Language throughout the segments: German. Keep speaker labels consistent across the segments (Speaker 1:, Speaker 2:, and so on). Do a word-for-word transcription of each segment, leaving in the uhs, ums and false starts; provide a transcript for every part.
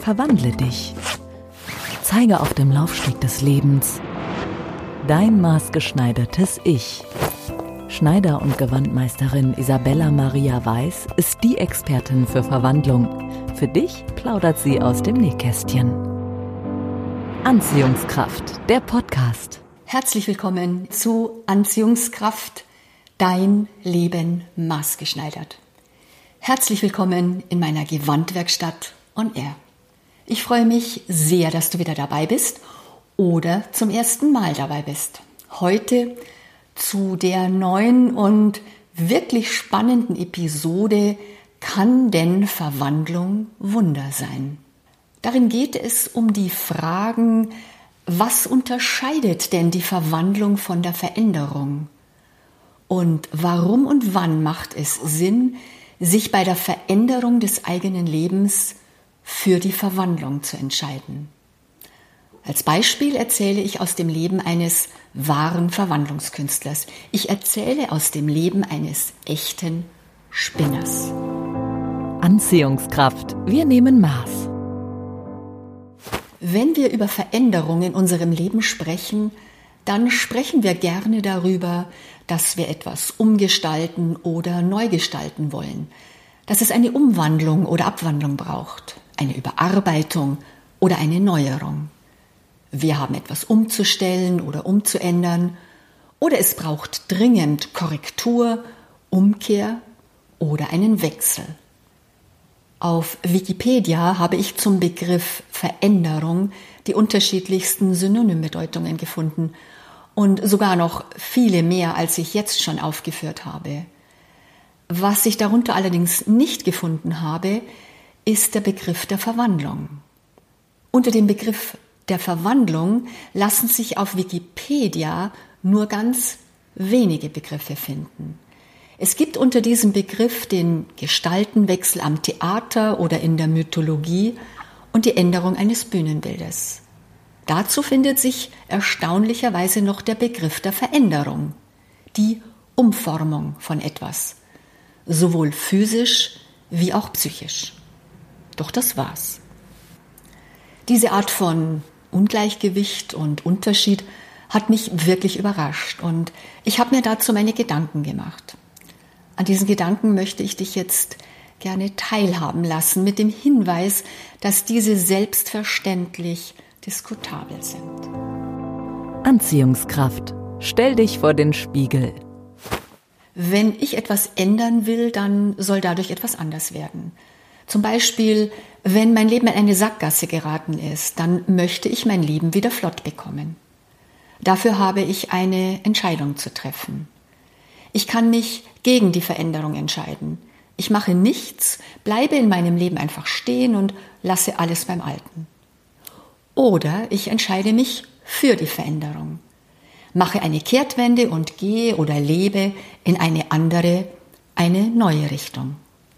Speaker 1: Verwandle dich. Zeige auf dem Laufsteg des Lebens dein maßgeschneidertes Ich. Schneider- und Gewandmeisterin Isabella Maria Weiß ist die Expertin für Verwandlung. Für dich plaudert sie aus dem Nähkästchen. Anziehungskraft, der Podcast.
Speaker 2: Herzlich willkommen zu Anziehungskraft, dein Leben maßgeschneidert. Herzlich willkommen in meiner Gewandwerkstatt on Air. Ich freue mich sehr, dass du wieder dabei bist oder zum ersten Mal dabei bist. Heute zu der neuen und wirklich spannenden Episode Kann denn Verwandlung Wunder sein? Darin geht es um die Fragen, was unterscheidet denn die Verwandlung von der Veränderung? Und warum und wann macht es Sinn, sich bei der Veränderung des eigenen Lebens für die Verwandlung zu entscheiden? Als Beispiel erzähle ich aus dem Leben eines wahren Verwandlungskünstlers. Ich erzähle aus dem Leben eines echten Spinners.
Speaker 1: Anziehungskraft, wir nehmen Maß.
Speaker 2: Wenn wir über Veränderung in unserem Leben sprechen, dann sprechen wir gerne darüber, dass wir etwas umgestalten oder neu gestalten wollen, dass es eine Umwandlung oder Abwandlung braucht, eine Überarbeitung oder eine Neuerung. Wir haben etwas umzustellen oder umzuändern oder es braucht dringend Korrektur, Umkehr oder einen Wechsel. Auf Wikipedia habe ich zum Begriff Veränderung die unterschiedlichsten Synonymbedeutungen gefunden und sogar noch viele mehr, als ich jetzt schon aufgeführt habe. Was ich darunter allerdings nicht gefunden habe, ist der Begriff der Verwandlung. Unter dem Begriff der Verwandlung lassen sich auf Wikipedia nur ganz wenige Begriffe finden. Es gibt unter diesem Begriff den Gestaltenwechsel am Theater oder in der Mythologie und die Änderung eines Bühnenbildes. Dazu findet sich erstaunlicherweise noch der Begriff der Veränderung, die Umformung von etwas, sowohl physisch wie auch psychisch. Doch das war's. Diese Art von Ungleichgewicht und Unterschied hat mich wirklich überrascht und ich habe mir dazu meine Gedanken gemacht. An diesen Gedanken möchte ich dich jetzt gerne teilhaben lassen, mit dem Hinweis, dass diese selbstverständlich diskutabel sind.
Speaker 1: Anziehungskraft, stell dich vor den Spiegel.
Speaker 2: Wenn ich etwas ändern will, dann soll dadurch etwas anders werden. Zum Beispiel, wenn mein Leben in eine Sackgasse geraten ist, dann möchte ich mein Leben wieder flott bekommen. Dafür habe ich eine Entscheidung zu treffen. Ich kann mich gegen die Veränderung entscheiden. Ich mache nichts, bleibe in meinem Leben einfach stehen und lasse alles beim Alten. Oder ich entscheide mich für die Veränderung, mache eine Kehrtwende und gehe oder lebe in eine andere, eine neue Richtung.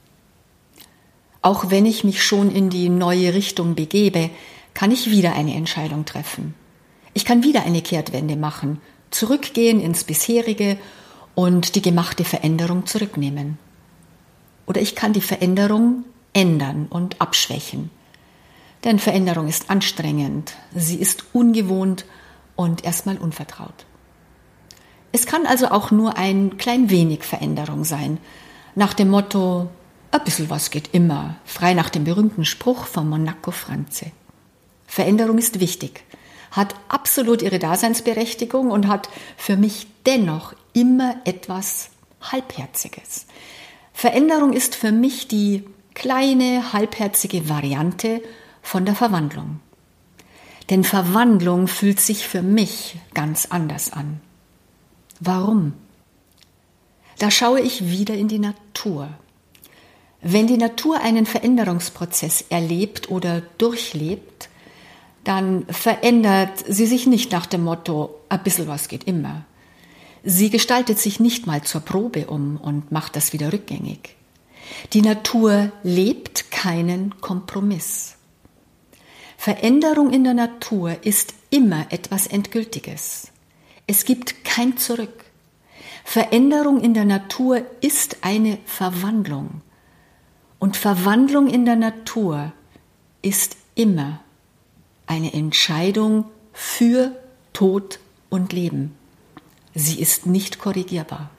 Speaker 2: Auch wenn ich mich schon in die neue Richtung begebe, kann ich wieder eine Entscheidung treffen. Ich kann wieder eine Kehrtwende machen, zurückgehen ins bisherige und die gemachte Veränderung zurücknehmen. Oder ich kann die Veränderung ändern und abschwächen. Denn Veränderung ist anstrengend, sie ist ungewohnt und erstmal unvertraut. Es kann also auch nur ein klein wenig Veränderung sein, nach dem Motto, ein bisschen was geht immer, frei nach dem berühmten Spruch von Monaco Franze. Veränderung ist wichtig, hat absolut ihre Daseinsberechtigung und hat für mich dennoch immer etwas Halbherziges. Veränderung ist für mich die kleine, halbherzige Variante von der Verwandlung. Denn Verwandlung fühlt sich für mich ganz anders an. Warum? Da schaue ich wieder in die Natur. Wenn die Natur einen Veränderungsprozess erlebt oder durchlebt, dann verändert sie sich nicht nach dem Motto, ein bisschen was geht immer. Sie gestaltet sich nicht mal zur Probe um und macht das wieder rückgängig. Die Natur lebt keinen Kompromiss. Veränderung in der Natur ist immer etwas Endgültiges. Es gibt kein Zurück. Veränderung in der Natur ist eine Verwandlung. Und Verwandlung in der Natur ist immer eine Entscheidung für Tod und Leben. Sie ist nicht korrigierbar.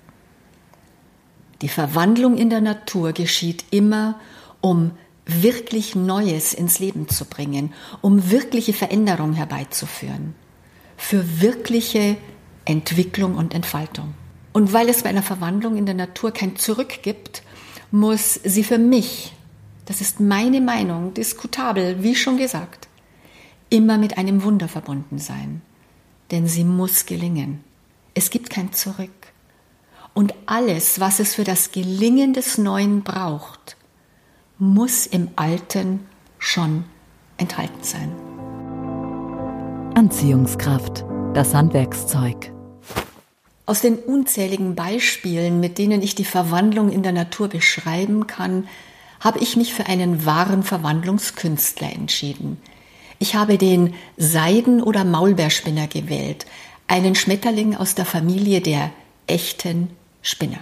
Speaker 2: Die Verwandlung in der Natur geschieht immer, um wirklich Neues ins Leben zu bringen, um wirkliche Veränderung herbeizuführen, für wirkliche Entwicklung und Entfaltung. Und weil es bei einer Verwandlung in der Natur kein Zurück gibt, muss sie für mich, das ist meine Meinung, diskutabel, wie schon gesagt, immer mit einem Wunder verbunden sein. Denn sie muss gelingen. Es gibt kein Zurück. Und alles, was es für das Gelingen des Neuen braucht, muss im Alten schon enthalten sein.
Speaker 1: Anziehungskraft, das Handwerkszeug.
Speaker 2: Aus den unzähligen Beispielen, mit denen ich die Verwandlung in der Natur beschreiben kann, habe ich mich für einen wahren Verwandlungskünstler entschieden. Ich habe den Seiden- oder Maulbeerspinner gewählt, einen Schmetterling aus der Familie der echten Spinner.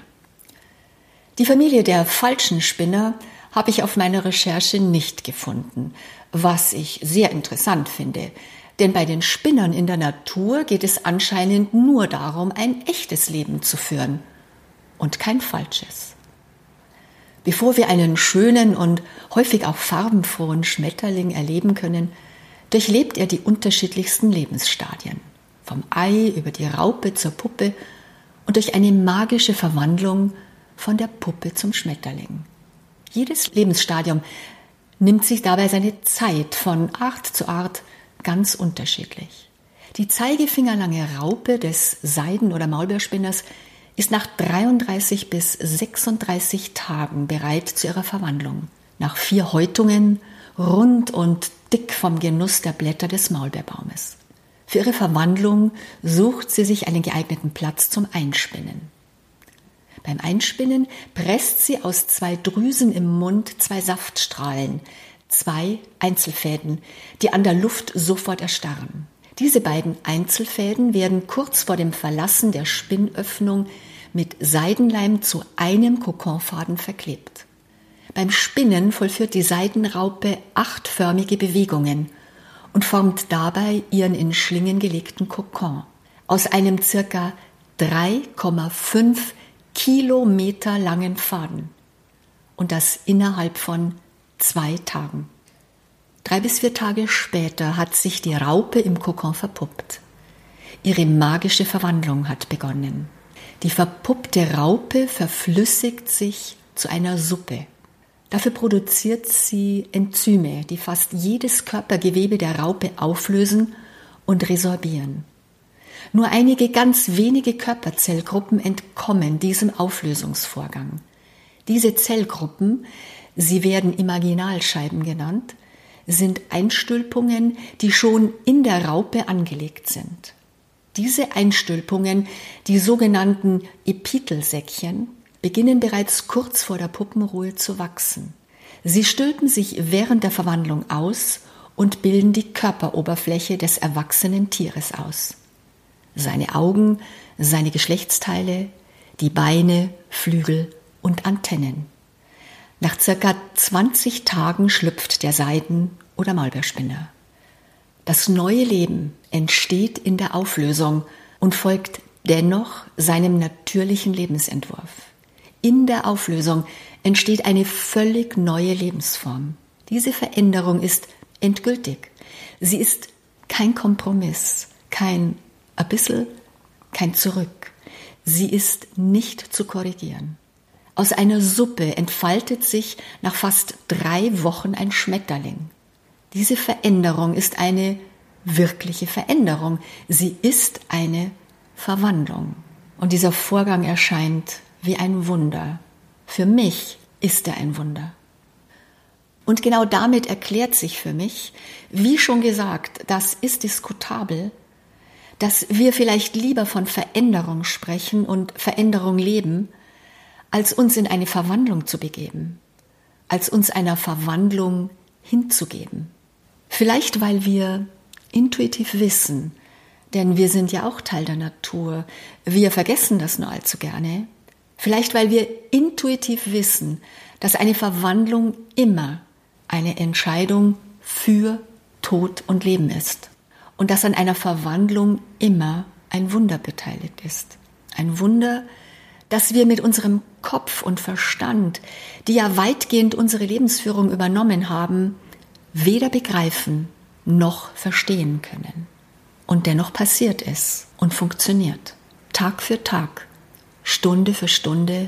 Speaker 2: Die Familie der falschen Spinner habe ich auf meiner Recherche nicht gefunden, was ich sehr interessant finde. Denn bei den Spinnern in der Natur geht es anscheinend nur darum, ein echtes Leben zu führen und kein falsches. Bevor wir einen schönen und häufig auch farbenfrohen Schmetterling erleben können, durchlebt er die unterschiedlichsten Lebensstadien. Vom Ei über die Raupe zur Puppe und durch eine magische Verwandlung von der Puppe zum Schmetterling. Jedes Lebensstadium nimmt sich dabei seine Zeit von Art zu Art ganz unterschiedlich. Die zeigefingerlange Raupe des Seiden- oder Maulbeerspinners ist nach dreiunddreißig bis sechsunddreißig Tagen bereit zu ihrer Verwandlung. Nach vier Häutungen, rund und dick vom Genuss der Blätter des Maulbeerbaumes. Für ihre Verwandlung sucht sie sich einen geeigneten Platz zum Einspinnen. Beim Einspinnen presst sie aus zwei Drüsen im Mund zwei Saftstrahlen, zwei Einzelfäden, die an der Luft sofort erstarren. Diese beiden Einzelfäden werden kurz vor dem Verlassen der Spinnöffnung mit Seidenleim zu einem Kokonfaden verklebt. Beim Spinnen vollführt die Seidenraupe achtförmige Bewegungen und formt dabei ihren in Schlingen gelegten Kokon aus einem circa drei Komma fünf Kilometer langen Faden und das innerhalb von zwei Tagen. Drei bis vier Tage später hat sich die Raupe im Kokon verpuppt. Ihre magische Verwandlung hat begonnen. Die verpuppte Raupe verflüssigt sich zu einer Suppe. Dafür produziert sie Enzyme, die fast jedes Körpergewebe der Raupe auflösen und resorbieren. Nur einige ganz wenige Körperzellgruppen entkommen diesem Auflösungsvorgang. Diese Zellgruppen, sie werden Imaginalscheiben genannt, sind Einstülpungen, die schon in der Raupe angelegt sind. Diese Einstülpungen, die sogenannten Epitelsäckchen, beginnen bereits kurz vor der Puppenruhe zu wachsen. Sie stülpen sich während der Verwandlung aus und bilden die Körperoberfläche des erwachsenen Tieres aus. Seine Augen, seine Geschlechtsteile, die Beine, Flügel und Antennen. Nach circa zwanzig Tagen schlüpft der Seiden- oder Maulbeerspinner. Das neue Leben entsteht in der Auflösung und folgt dennoch seinem natürlichen Lebensentwurf. In der Auflösung entsteht eine völlig neue Lebensform. Diese Veränderung ist endgültig. Sie ist kein Kompromiss, kein ein bisschen, kein Zurück. Sie ist nicht zu korrigieren. Aus einer Suppe entfaltet sich nach fast drei Wochen ein Schmetterling. Diese Veränderung ist eine wirkliche Veränderung. Sie ist eine Verwandlung. Und dieser Vorgang erscheint wie ein Wunder. Für mich ist er ein Wunder. Und genau damit erklärt sich für mich, wie schon gesagt, das ist diskutabel, dass wir vielleicht lieber von Veränderung sprechen und Veränderung leben, als uns in eine Verwandlung zu begeben, als uns einer Verwandlung hinzugeben. Vielleicht, weil wir intuitiv wissen, denn wir sind ja auch Teil der Natur, wir vergessen das nur allzu gerne. Vielleicht, weil wir intuitiv wissen, dass eine Verwandlung immer eine Entscheidung für Tod und Leben ist und dass an einer Verwandlung immer ein Wunder beteiligt ist. Ein Wunder, dass wir mit unserem Kopf und Verstand, die ja weitgehend unsere Lebensführung übernommen haben, weder begreifen noch verstehen können. Und dennoch passiert es und funktioniert. Tag für Tag, Stunde für Stunde,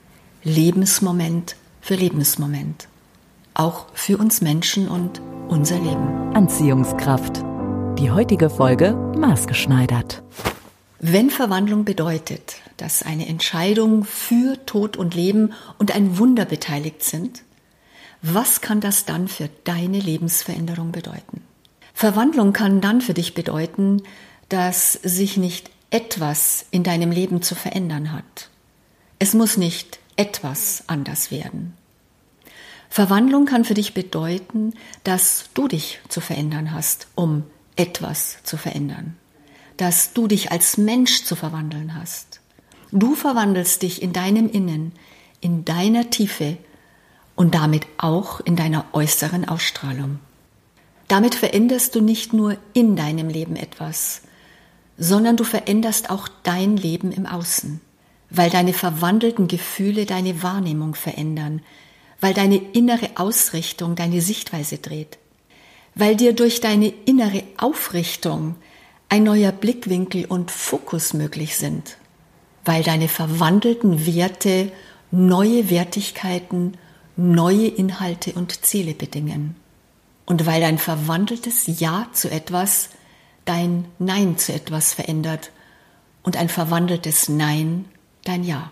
Speaker 2: Lebensmoment für Lebensmoment. Auch für uns Menschen und unser Leben.
Speaker 1: Anziehungskraft. Die heutige Folge maßgeschneidert.
Speaker 2: Wenn Verwandlung bedeutet, dass eine Entscheidung für Tod und Leben und ein Wunder beteiligt sind, was kann das dann für deine Lebensveränderung bedeuten? Verwandlung kann dann für dich bedeuten, dass sich nicht etwas in deinem Leben zu verändern hat. Es muss nicht etwas anders werden. Verwandlung kann für dich bedeuten, dass du dich zu verändern hast, um etwas zu verändern. Dass du dich als Mensch zu verwandeln hast. Du verwandelst dich in deinem Innen, in deiner Tiefe und damit auch in deiner äußeren Ausstrahlung. Damit veränderst du nicht nur in deinem Leben etwas, sondern du veränderst auch dein Leben im Außen, weil deine verwandelten Gefühle deine Wahrnehmung verändern, weil deine innere Ausrichtung deine Sichtweise dreht, weil dir durch deine innere Aufrichtung ein neuer Blickwinkel und Fokus möglich sind, weil deine verwandelten Werte neue Wertigkeiten, neue Inhalte und Ziele bedingen und weil dein verwandeltes Ja zu etwas dein Nein zu etwas verändert und ein verwandeltes Nein dein Ja.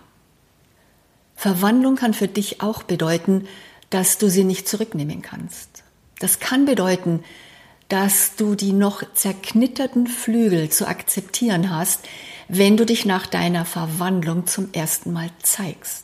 Speaker 2: Verwandlung kann für dich auch bedeuten, dass du sie nicht zurücknehmen kannst. Das kann bedeuten, dass du die noch zerknitterten Flügel zu akzeptieren hast, wenn du dich nach deiner Verwandlung zum ersten Mal zeigst.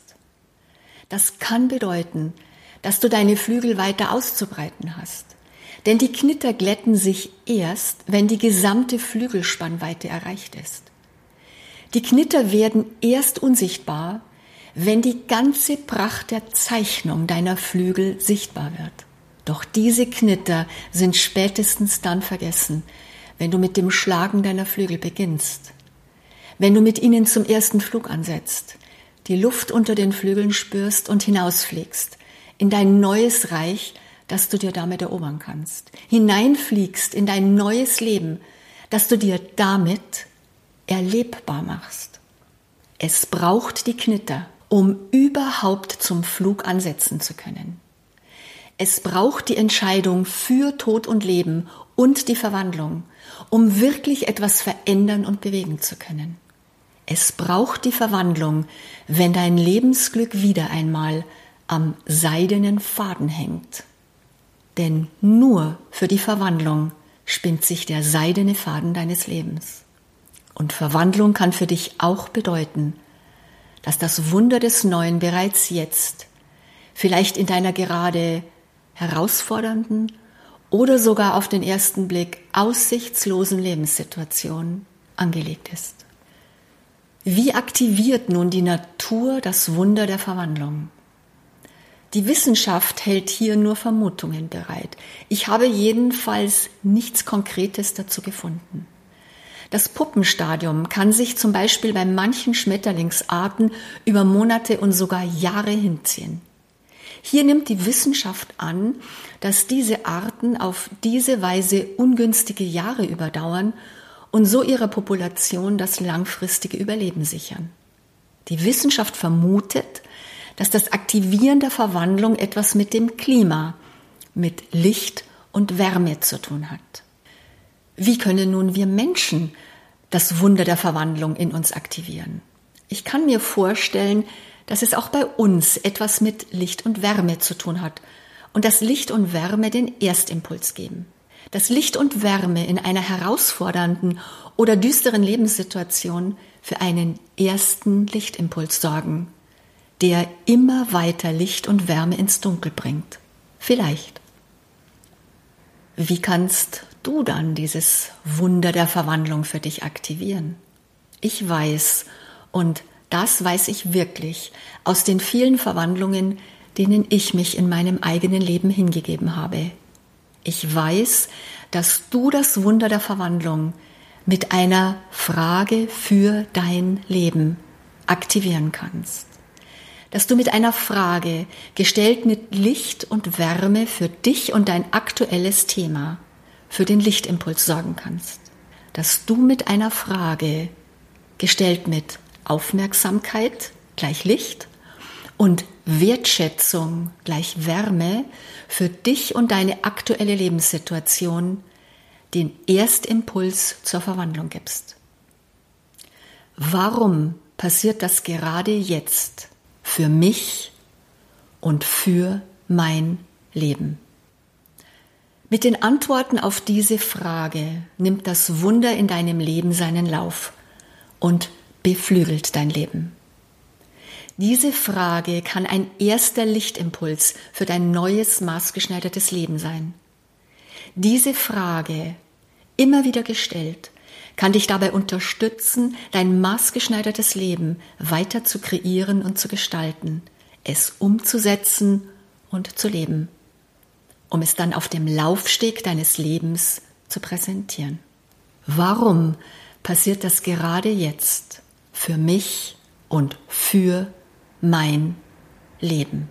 Speaker 2: Das kann bedeuten, dass du deine Flügel weiter auszubreiten hast. Denn die Knitter glätten sich erst, wenn die gesamte Flügelspannweite erreicht ist. Die Knitter werden erst unsichtbar, wenn die ganze Pracht der Zeichnung deiner Flügel sichtbar wird. Doch diese Knitter sind spätestens dann vergessen, wenn du mit dem Schlagen deiner Flügel beginnst. Wenn du mit ihnen zum ersten Flug ansetzt, die Luft unter den Flügeln spürst und hinausfliegst in dein neues Reich, das du dir damit erobern kannst. Hineinfliegst in dein neues Leben, das du dir damit erlebbar machst. Es braucht die Knitter, um überhaupt zum Flug ansetzen zu können. Es braucht die Entscheidung für Tod und Leben und die Verwandlung, um wirklich etwas verändern und bewegen zu können. Es braucht die Verwandlung, wenn dein Lebensglück wieder einmal am seidenen Faden hängt. Denn nur für die Verwandlung spinnt sich der seidene Faden deines Lebens. Und Verwandlung kann für dich auch bedeuten, dass das Wunder des Neuen bereits jetzt, vielleicht in deiner gerade herausfordernden oder sogar auf den ersten Blick aussichtslosen Lebenssituation angelegt ist. Wie aktiviert nun die Natur das Wunder der Verwandlung? Die Wissenschaft hält hier nur Vermutungen bereit. Ich habe jedenfalls nichts Konkretes dazu gefunden. Das Puppenstadium kann sich zum Beispiel bei manchen Schmetterlingsarten über Monate und sogar Jahre hinziehen. Hier nimmt die Wissenschaft an, dass diese Arten auf diese Weise ungünstige Jahre überdauern und so ihrer Population das langfristige Überleben sichern. Die Wissenschaft vermutet, dass das Aktivieren der Verwandlung etwas mit dem Klima, mit Licht und Wärme zu tun hat. Wie können nun wir Menschen das Wunder der Verwandlung in uns aktivieren? Ich kann mir vorstellen, dass es auch bei uns etwas mit Licht und Wärme zu tun hat und dass Licht und Wärme den Erstimpuls geben. Dass Licht und Wärme in einer herausfordernden oder düsteren Lebenssituation für einen ersten Lichtimpuls sorgen, der immer weiter Licht und Wärme ins Dunkel bringt. Vielleicht. Wie kannst du dann dieses Wunder der Verwandlung für dich aktivieren? Ich weiß, und das weiß ich wirklich, aus den vielen Verwandlungen, denen ich mich in meinem eigenen Leben hingegeben habe. Ich weiß, dass du das Wunder der Verwandlung mit einer Frage für dein Leben aktivieren kannst. Dass du mit einer Frage, gestellt mit Licht und Wärme für dich und dein aktuelles Thema, für den Lichtimpuls sorgen kannst. Dass du mit einer Frage, gestellt mit Aufmerksamkeit gleich Licht und Wertschätzung gleich Wärme für dich und deine aktuelle Lebenssituation den Erstimpuls zur Verwandlung gibst. Warum passiert das gerade jetzt für mich und für mein Leben? Mit den Antworten auf diese Frage nimmt das Wunder in deinem Leben seinen Lauf und beflügelt dein Leben. Diese Frage kann ein erster Lichtimpuls für dein neues, maßgeschneidertes Leben sein. Diese Frage, immer wieder gestellt, kann dich dabei unterstützen, dein maßgeschneidertes Leben weiter zu kreieren und zu gestalten, es umzusetzen und zu leben, um es dann auf dem Laufsteg deines Lebens zu präsentieren. Warum passiert das gerade jetzt für mich und für mein Leben?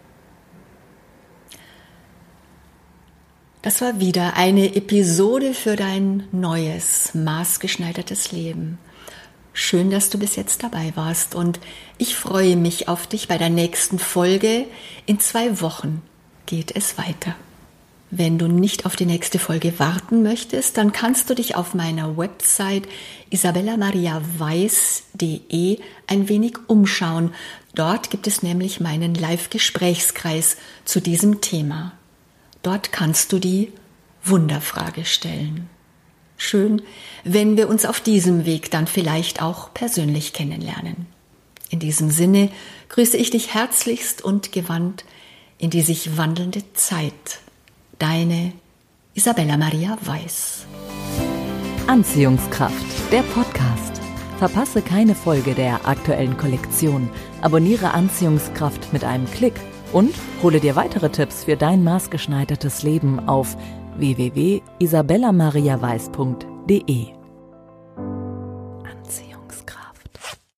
Speaker 2: Das war wieder eine Episode für dein neues, maßgeschneidertes Leben. Schön, dass du bis jetzt dabei warst und ich freue mich auf dich bei der nächsten Folge. In zwei Wochen geht es weiter. Wenn du nicht auf die nächste Folge warten möchtest, dann kannst du dich auf meiner Website isabella maria weiß punkt de ein wenig umschauen. Dort gibt es nämlich meinen Live-Gesprächskreis zu diesem Thema. Dort kannst du die Wunderfrage stellen. Schön, wenn wir uns auf diesem Weg dann vielleicht auch persönlich kennenlernen. In diesem Sinne grüße ich dich herzlichst und gewandt in die sich wandelnde Zeit. Deine Isabella Maria Weiß.
Speaker 1: Anziehungskraft, der Podcast. Verpasse keine Folge der aktuellen Kollektion. Abonniere Anziehungskraft mit einem Klick und hole dir weitere Tipps für dein maßgeschneidertes Leben auf w w w punkt isabella maria weiß punkt de.